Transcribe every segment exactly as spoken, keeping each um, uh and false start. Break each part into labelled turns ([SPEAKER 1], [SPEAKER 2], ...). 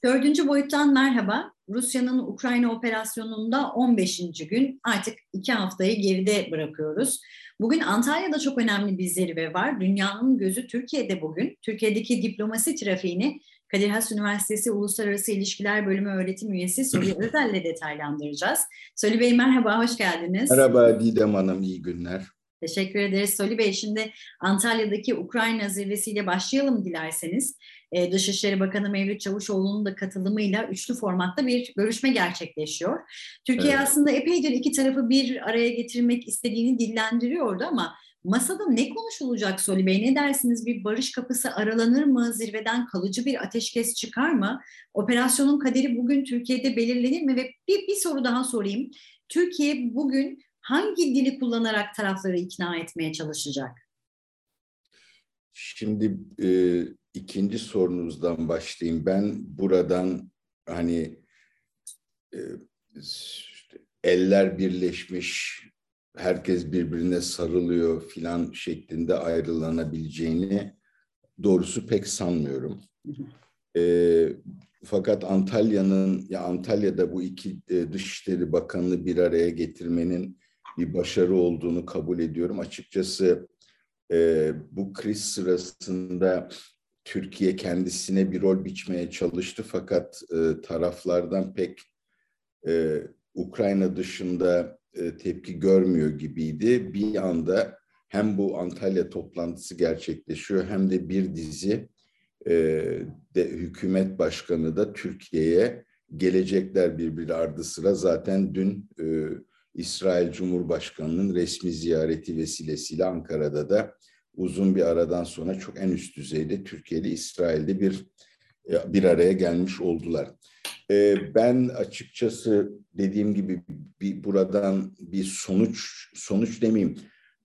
[SPEAKER 1] Dördüncü boyuttan merhaba. Rusya'nın Ukrayna operasyonunda on beşinci gün, artık iki haftayı geride bırakıyoruz. Bugün Antalya'da çok önemli bir zirve var. Dünyanın gözü Türkiye'de bugün. Türkiye'deki diplomasi trafiğini Kadir Has Üniversitesi Uluslararası İlişkiler Bölümü öğretim üyesi Soli Özel'le detaylandıracağız. Soli Bey merhaba, hoş geldiniz.
[SPEAKER 2] Merhaba Didem Hanım, iyi günler.
[SPEAKER 1] Teşekkür ederiz Soli Bey. Şimdi Antalya'daki Ukrayna zirvesiyle başlayalım dilerseniz. Ee, Dışişleri Bakanı Mevlüt Çavuşoğlu'nun da katılımıyla üçlü formatta bir görüşme gerçekleşiyor. Türkiye
[SPEAKER 2] Evet.
[SPEAKER 1] aslında epeydir iki tarafı bir araya getirmek istediğini dillendiriyordu ama masada ne konuşulacak Soli Bey? Ne dersiniz? Bir barış kapısı aralanır mı? Zirveden kalıcı bir ateşkes çıkar mı? Operasyonun kaderi bugün Türkiye'de belirlenir mi? Ve bir, bir soru daha sorayım. Türkiye bugün hangi dili kullanarak tarafları ikna etmeye çalışacak?
[SPEAKER 2] Şimdi e, ikinci sorunuzdan başlayayım. Ben buradan hani e, işte eller birleşmiş, herkes birbirine sarılıyor filan şeklinde ayrılanabileceğini doğrusu pek sanmıyorum. E, fakat Antalya'nın ya Antalya'da bu iki e, Dışişleri Bakanı'nı bir araya getirmenin bir başarı olduğunu kabul ediyorum. Açıkçası Ee, bu kriz sırasında Türkiye kendisine bir rol biçmeye çalıştı fakat e, taraflardan pek e, Ukrayna dışında e, tepki görmüyor gibiydi. Bir anda hem bu Antalya toplantısı gerçekleşiyor hem de bir dizi e, de hükümet başkanı da Türkiye'ye gelecekler birbiri ardı sıra. Zaten dün e, İsrail Cumhurbaşkanı'nın resmi ziyareti vesilesiyle Ankara'da da uzun bir aradan sonra çok en üst düzeyde Türkiye'de İsrail'de bir bir araya gelmiş oldular. Ben açıkçası dediğim gibi bir, buradan bir sonuç sonuç demeyeyim,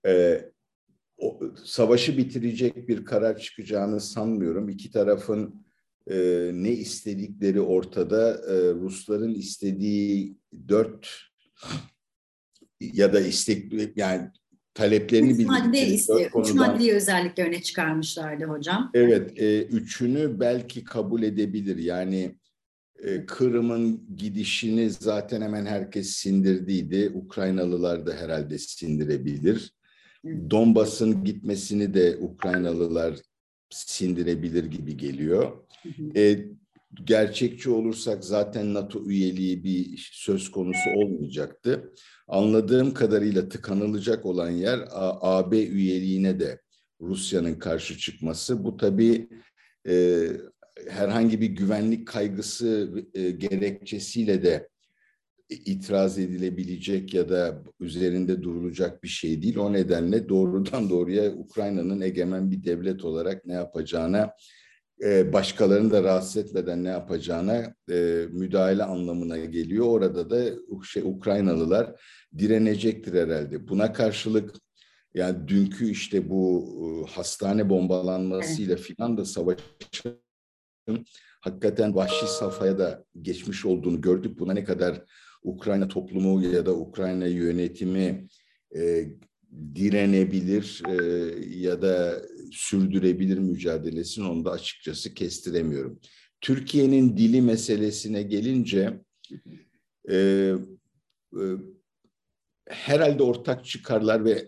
[SPEAKER 2] o, savaşı bitirecek bir karar çıkacağını sanmıyorum. İki tarafın e, ne istedikleri ortada. E, Rusların istediği dört ya da istek yani taleplerini
[SPEAKER 1] Üç madde
[SPEAKER 2] bildikleri dört
[SPEAKER 1] istiyor. Üç
[SPEAKER 2] konudan.
[SPEAKER 1] maddeyi özellikle öne çıkarmışlardı hocam.
[SPEAKER 2] Evet, e, üçünü belki kabul edebilir. Yani e, Kırım'ın gidişini zaten hemen herkes sindirdiydi. Ukraynalılar da herhalde sindirebilir. Donbas'ın gitmesini de Ukraynalılar sindirebilir gibi geliyor. E, gerçekçi olursak zaten NATO üyeliği bir söz konusu olmayacaktı. Anladığım kadarıyla tıkanılacak olan yer A B üyeliğine de Rusya'nın karşı çıkması. Bu tabii e, herhangi bir güvenlik kaygısı e, gerekçesiyle de itiraz edilebilecek ya da üzerinde durulacak bir şey değil. O nedenle doğrudan doğruya Ukrayna'nın egemen bir devlet olarak ne yapacağına, başkalarını da rahatsız etmeden ne yapacağına müdahale anlamına geliyor. Orada da şey, Ukraynalılar direnecektir herhalde. Buna karşılık yani dünkü işte bu hastane bombalanmasıyla filan da savaşın hakikaten vahşi safhaya da geçmiş olduğunu gördük. Buna ne kadar Ukrayna toplumu ya da Ukrayna yönetimi e, direnebilir e, ya da sürdürebilir mücadelesini, onu da açıkçası kestiremiyorum. Türkiye'nin dili meselesine gelince e, e, herhalde ortak çıkarlar ve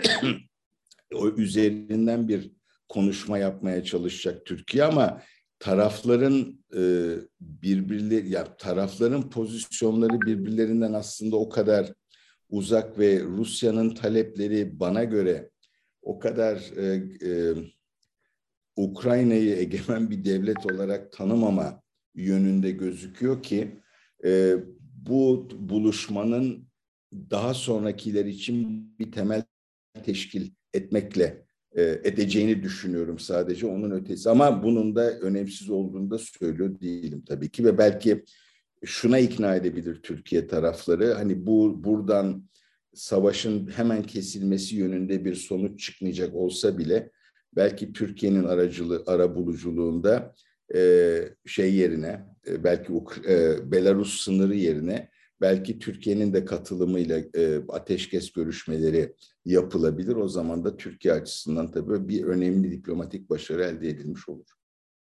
[SPEAKER 2] o üzerinden bir konuşma yapmaya çalışacak Türkiye ama tarafların e, birbirleri ya tarafların pozisyonları birbirlerinden aslında o kadar uzak ve Rusya'nın talepleri bana göre o kadar e, e, Ukrayna'yı egemen bir devlet olarak tanımama yönünde gözüküyor ki e, bu buluşmanın daha sonrakiler için bir temel teşkil etmekle e, edeceğini düşünüyorum sadece, onun ötesi. Ama bunun da önemsiz olduğunu da söylüyor değilim tabii ki ve belki şuna ikna edebilir Türkiye tarafları. Hani bu buradan savaşın hemen kesilmesi yönünde bir sonuç çıkmayacak olsa bile belki Türkiye'nin aracılığı, arabuluculuğunda e, şey yerine e, belki e, Belarus sınırı yerine belki Türkiye'nin de katılımıyla e, ateşkes görüşmeleri yapılabilir. O zaman da Türkiye açısından tabii bir önemli diplomatik başarı elde edilmiş olur.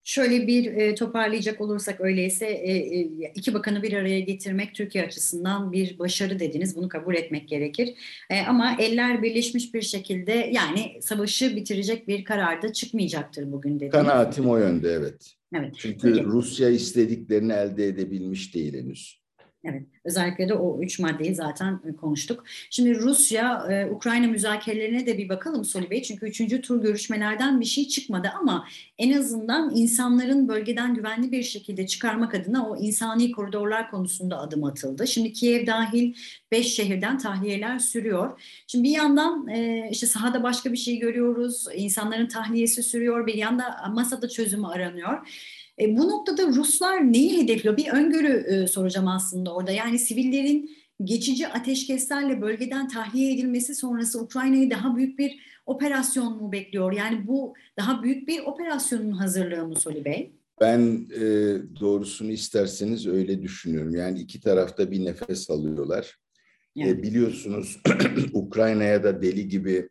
[SPEAKER 1] Şöyle bir e, toparlayacak olursak öyleyse e, e, iki bakanı bir araya getirmek Türkiye açısından bir başarı dediniz. Bunu kabul etmek gerekir. E, ama eller birleşmiş bir şekilde yani savaşı bitirecek bir karar da çıkmayacaktır bugün dediniz.
[SPEAKER 2] Kanaatim o yönde, evet.
[SPEAKER 1] Evet.
[SPEAKER 2] Çünkü
[SPEAKER 1] Peki.
[SPEAKER 2] Rusya istediklerini elde edebilmiş değil henüz.
[SPEAKER 1] Evet, özellikle de o üç maddeyi zaten e, konuştuk. Şimdi Rusya, e, Ukrayna müzakerelerine de bir bakalım Soli Bey. Çünkü üçüncü tur görüşmelerden bir şey çıkmadı ama en azından insanların bölgeden güvenli bir şekilde çıkarmak adına o insani koridorlar konusunda adım atıldı. Şimdi Kiev dahil beş şehirden tahliyeler sürüyor. Şimdi bir yandan e, işte sahada başka bir şey görüyoruz, insanların tahliyesi sürüyor, bir yanda masada çözümü aranıyor. E, bu noktada Ruslar neyi hedefliyor? Bir öngörü e, soracağım aslında orada. Yani sivillerin geçici ateşkeslerle bölgeden tahliye edilmesi sonrası Ukrayna'yı daha büyük bir operasyon mu bekliyor? Yani bu daha büyük bir operasyonun hazırlığı mı Soli Bey?
[SPEAKER 2] Ben e, doğrusunu isterseniz öyle düşünüyorum. Yani iki tarafta bir nefes alıyorlar. E,
[SPEAKER 1] Evet.
[SPEAKER 2] biliyorsunuz Ukrayna'ya da deli gibi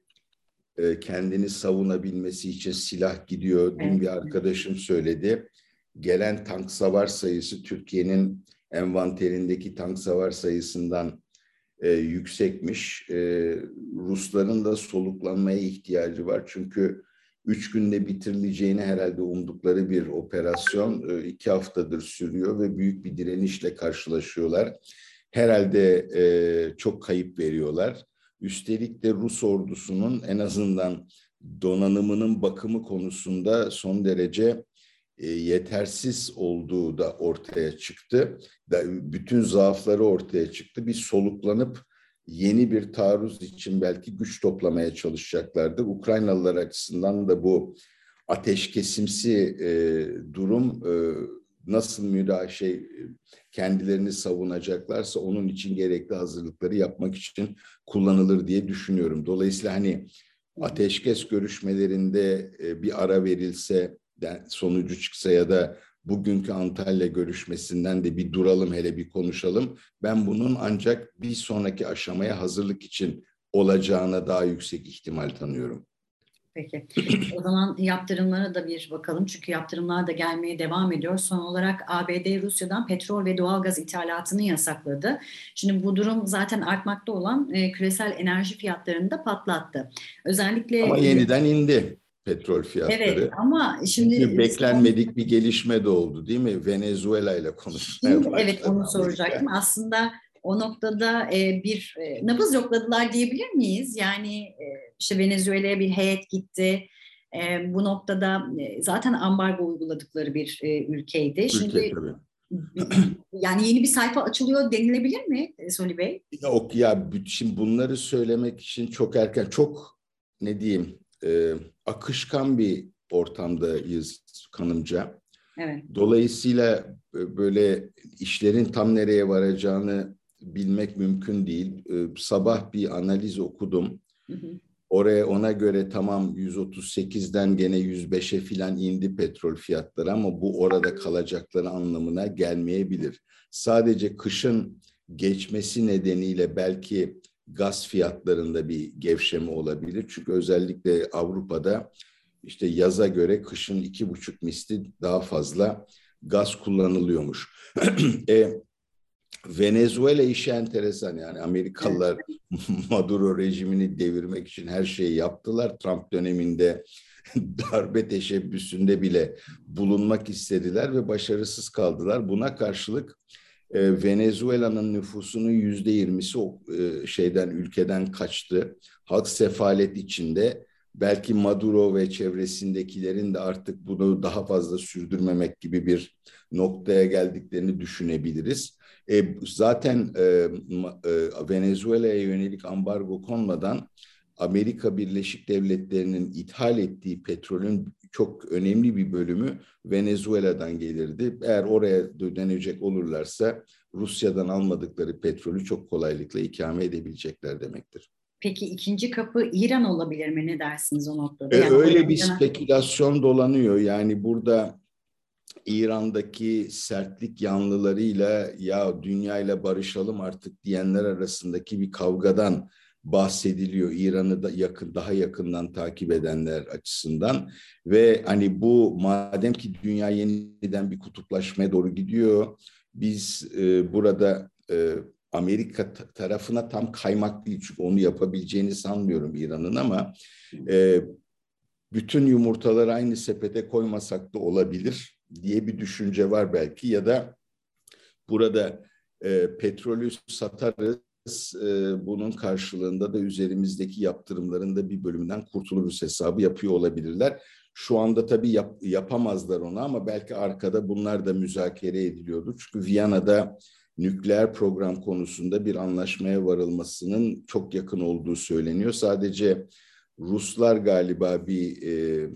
[SPEAKER 2] e, kendini savunabilmesi için silah gidiyor. Dün
[SPEAKER 1] Evet.
[SPEAKER 2] bir arkadaşım söyledi. Gelen tank savar sayısı Türkiye'nin envanterindeki tank savar sayısından e, yüksekmiş. E, Rusların da soluklanmaya ihtiyacı var. Çünkü üç günde bitirileceğini herhalde umdukları bir operasyon e, iki haftadır sürüyor ve büyük bir direnişle karşılaşıyorlar. Herhalde e, çok kayıp veriyorlar. Üstelik de Rus ordusunun en azından donanımının bakımı konusunda son derece e, yetersiz olduğu da ortaya çıktı. Da, bütün zaafları ortaya çıktı. Bir soluklanıp yeni bir taarruz için belki güç toplamaya çalışacaklardır. Ukraynalılar açısından da bu ateşkesimsi e, durum e, nasıl müdahale şey, kendilerini savunacaklarsa onun için gerekli hazırlıkları yapmak için kullanılır diye düşünüyorum. Dolayısıyla hani ateşkes görüşmelerinde e, bir ara verilse, sonucu çıksa ya da bugünkü Antalya görüşmesinden de bir duralım, hele bir konuşalım. Ben bunun ancak bir sonraki aşamaya hazırlık için olacağına daha yüksek ihtimal tanıyorum.
[SPEAKER 1] Peki. O zaman yaptırımlara da bir bakalım. Çünkü yaptırımlar da gelmeye devam ediyor. Son olarak A B D Rusya'dan petrol ve doğalgaz ithalatını yasakladı. Şimdi bu durum zaten artmakta olan e, küresel enerji fiyatlarını da patlattı.
[SPEAKER 2] Ama
[SPEAKER 1] Özellikle
[SPEAKER 2] yeniden indi petrol
[SPEAKER 1] evet
[SPEAKER 2] fiyatları.
[SPEAKER 1] ama
[SPEAKER 2] Çünkü
[SPEAKER 1] şimdi son
[SPEAKER 2] beklenmedik bir gelişme de oldu, değil mi? Venezuela ile
[SPEAKER 1] şimdi
[SPEAKER 2] konuşmaya
[SPEAKER 1] evet
[SPEAKER 2] başladı
[SPEAKER 1] onu
[SPEAKER 2] Amerika.
[SPEAKER 1] soracaktım. Aslında o noktada e, bir e, nabız yokladılar diyebilir miyiz? Yani e, işte Venezuela'ya bir heyet gitti. E, bu noktada e, zaten ambargo uyguladıkları bir e, ülkeydi.
[SPEAKER 2] Ülke
[SPEAKER 1] Şimdi
[SPEAKER 2] tabii.
[SPEAKER 1] yani yeni bir sayfa açılıyor denilebilir mi e, Soli Bey?
[SPEAKER 2] Yok ya, şimdi bunları söylemek için çok erken, çok ne diyeyim, e, akışkan bir ortamdayız kanımca.
[SPEAKER 1] Evet.
[SPEAKER 2] Dolayısıyla e, böyle işlerin tam nereye varacağını bilmek mümkün değil. E, sabah bir analiz okudum.
[SPEAKER 1] Hı hı.
[SPEAKER 2] Oraya ona göre tamam yüz otuz sekizden gene yüz beşe filan indi petrol fiyatları ama bu orada kalacakları anlamına gelmeyebilir. Sadece kışın geçmesi nedeniyle belki gaz fiyatlarında bir gevşeme olabilir. Çünkü özellikle Avrupa'da işte yaza göre kışın iki buçuk misli daha fazla gaz kullanılıyormuş. e, Venezuela işi enteresan, yani
[SPEAKER 1] Evet.
[SPEAKER 2] Amerikalılar Maduro rejimini devirmek için her şeyi yaptılar. Trump döneminde darbe teşebbüsünde bile bulunmak istediler ve başarısız kaldılar. Buna karşılık e, Venezuela'nın nüfusunun yüzde yirmisi o e, şeyden, ülkeden kaçtı. Halk sefalet içinde. Belki Maduro ve çevresindekilerin de artık bunu daha fazla sürdürmemek gibi bir noktaya geldiklerini düşünebiliriz. E, zaten e, e, Venezuela'ya yönelik ambargo konmadan Amerika Birleşik Devletleri'nin ithal ettiği petrolün çok önemli bir bölümü Venezuela'dan gelirdi. Eğer oraya dönecek olurlarsa Rusya'dan almadıkları petrolü çok kolaylıkla ikame edebilecekler demektir.
[SPEAKER 1] Peki ikinci kapı İran olabilir mi? Ne dersiniz o noktada?
[SPEAKER 2] E,
[SPEAKER 1] Yani orada
[SPEAKER 2] öyle bir
[SPEAKER 1] İran'a
[SPEAKER 2] spekülasyon dolanıyor. Yani burada İran'daki sertlik yanlılarıyla ya dünyayla barışalım artık diyenler arasındaki bir kavgadan bahsediliyor. İran'ı da yakın, daha yakından takip edenler açısından ve hani bu madem ki dünya yeniden bir kutuplaşmaya doğru gidiyor, biz e, burada e, Amerika tarafına tam kaymak değil çünkü onu yapabileceğini sanmıyorum İran'ın ama e, bütün yumurtaları aynı sepete koymasak da olabilir diye bir düşünce var belki ya da burada e, petrolü satarız, e, bunun karşılığında da üzerimizdeki yaptırımların da bir bölümünden kurtuluruz hesabı yapıyor olabilirler. Şu anda tabii yap, yapamazlar onu ama belki arkada bunlar da müzakere ediliyordu. Çünkü Viyana'da nükleer program konusunda bir anlaşmaya varılmasının çok yakın olduğu söyleniyor. Sadece Ruslar galiba bir e,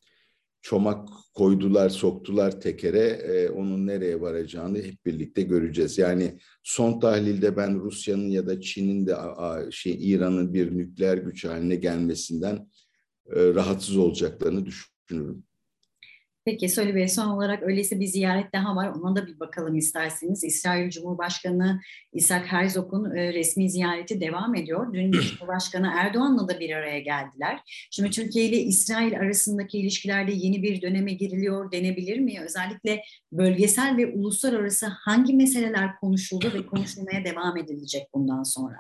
[SPEAKER 2] çomak koydular, soktular tekere. E, onun nereye varacağını hep birlikte göreceğiz. Yani son tahlilde ben Rusya'nın ya da Çin'in de a, şey İran'ın bir nükleer güç haline gelmesinden e, rahatsız olacaklarını düşünüyorum.
[SPEAKER 1] Peki Soli Bey, son olarak öyleyse bir ziyaret daha var. Ona da bir bakalım isterseniz. İsrail Cumhurbaşkanı İshak Herzog'un e, resmi ziyareti devam ediyor. Dün Cumhurbaşkanı Erdoğan'la da bir araya geldiler. Şimdi Türkiye ile İsrail arasındaki ilişkilerde yeni bir döneme giriliyor denebilir mi? Özellikle bölgesel ve uluslararası hangi meseleler konuşuldu ve konuşulmaya devam edilecek bundan sonra?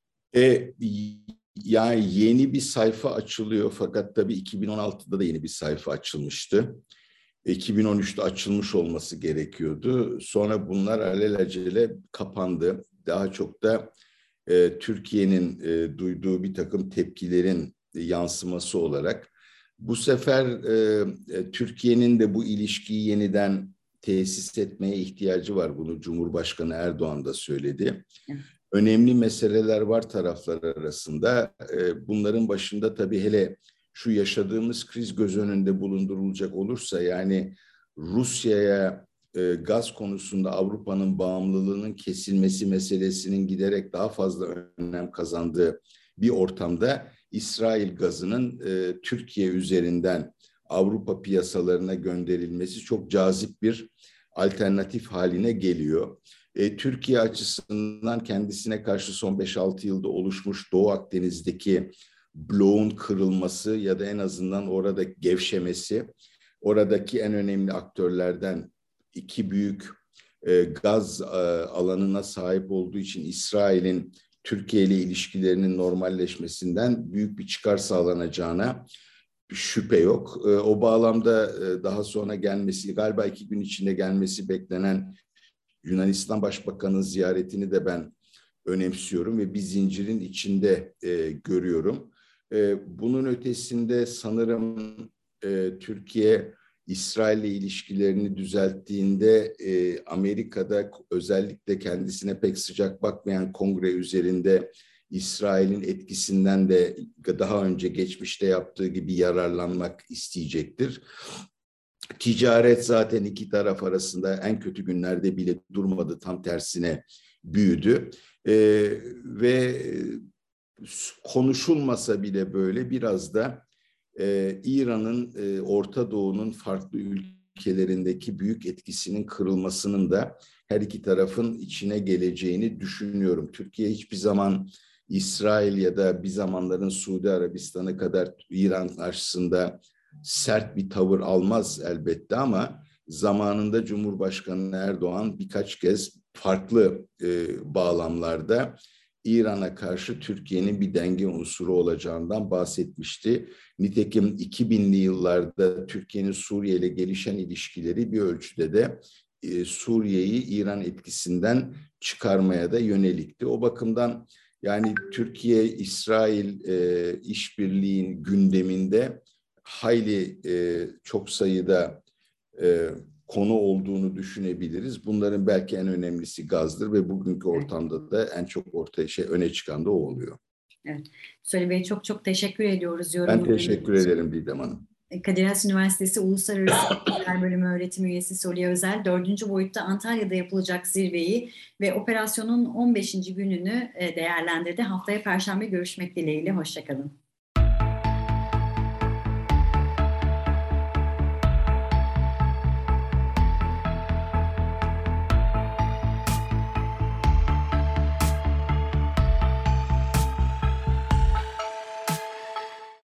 [SPEAKER 2] E, yani yeni bir sayfa açılıyor fakat tabii iki bin on altıda da yeni bir sayfa açılmıştı. iki bin on üçte açılmış olması gerekiyordu. Sonra bunlar alelacele kapandı. Daha çok da e, Türkiye'nin e, duyduğu bir takım tepkilerin yansıması olarak bu sefer e, e, Türkiye'nin de bu ilişkiyi yeniden tesis etmeye ihtiyacı var. Bunu Cumhurbaşkanı Erdoğan da söyledi. Önemli meseleler var taraflar arasında. E, bunların başında tabii hele şu yaşadığımız kriz göz önünde bulundurulacak olursa yani Rusya'ya e, gaz konusunda Avrupa'nın bağımlılığının kesilmesi meselesinin giderek daha fazla önem kazandığı bir ortamda İsrail gazının e, Türkiye üzerinden Avrupa piyasalarına gönderilmesi çok cazip bir alternatif haline geliyor. E, Türkiye açısından kendisine karşı son beş altı yılda oluşmuş Doğu Akdeniz'deki bloğun kırılması ya da en azından orada gevşemesi, oradaki en önemli aktörlerden iki büyük e, gaz e, alanına sahip olduğu için İsrail'in Türkiye ile ilişkilerinin normalleşmesinden büyük bir çıkar sağlanacağına şüphe yok. E, o bağlamda e, daha sonra gelmesi, galiba iki gün içinde gelmesi beklenen Yunanistan Başbakanı'nın ziyaretini de ben önemsiyorum ve bir zincirin içinde e, görüyorum. E, bunun ötesinde sanırım e, Türkiye İsrail'le ilişkilerini düzelttiğinde e, Amerika'da özellikle kendisine pek sıcak bakmayan kongre üzerinde İsrail'in etkisinden de daha önce geçmişte yaptığı gibi yararlanmak isteyecektir. Ticaret zaten iki taraf arasında en kötü günlerde bile durmadı, tam tersine büyüdü. Ee, ve konuşulmasa bile böyle biraz da e, İran'ın e, Orta Doğu'nun farklı ülkelerindeki büyük etkisinin kırılmasının da her iki tarafın içine geleceğini düşünüyorum. Türkiye hiçbir zaman İsrail ya da bir zamanların Suudi Arabistan'ı kadar İran karşısında sert bir tavır almaz elbette ama zamanında Cumhurbaşkanı Erdoğan birkaç kez farklı e, bağlamlarda İran'a karşı Türkiye'nin bir denge unsuru olacağından bahsetmişti. Nitekim iki binli yıllarda Türkiye'nin Suriye ile gelişen ilişkileri bir ölçüde de e, Suriye'yi İran etkisinden çıkarmaya da yönelikti. O bakımdan yani Türkiye-İsrail e, işbirliğin gündeminde hayli e, çok sayıda e, konu olduğunu düşünebiliriz. Bunların belki en önemlisi gazdır ve bugünkü ortamda da en çok ortaya şey öne çıkan da o oluyor.
[SPEAKER 1] Evet. Soli Bey, çok çok teşekkür ediyoruz.
[SPEAKER 2] Ben teşekkür ederim Didem Hanım.
[SPEAKER 1] Kadir Has Üniversitesi Uluslararası İlişkiler Bölümü öğretim üyesi Soli Özel, dördüncü boyutta Antalya'da yapılacak zirveyi ve operasyonun on beşinci gününü değerlendirdi. Haftaya Perşembe görüşmek dileğiyle. Hoşça kalın.